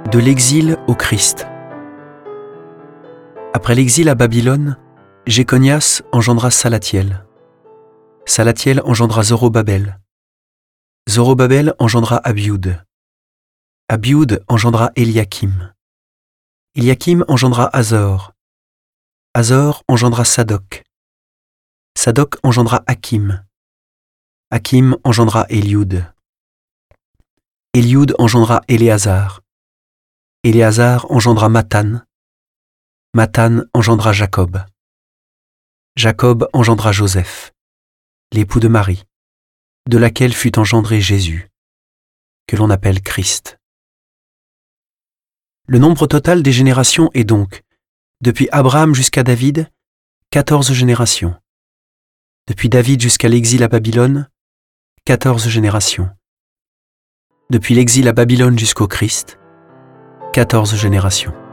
De l'exil au Christ. Après l'exil à Babylone, Jéconias engendra Salathiel. Salathiel engendra Zorobabel. Zorobabel engendra Abioud. Abioud engendra Eliakim. Eliakim engendra Azor. Azor engendra Sadoc. Sadoc engendra Hakim. Hakim engendra Élioud. Élioud engendra Éléazar. Éléazar engendra Mathan. Mathan engendra Jacob. Jacob engendra Joseph, l'époux de Marie, de laquelle fut engendré Jésus, que l'on appelle Christ. Le nombre total des générations est donc, depuis Abraham jusqu'à David, 14 générations. Depuis David jusqu'à l'exil à Babylone, 14 générations. Depuis l'exil à Babylone jusqu'au Christ, 14 générations.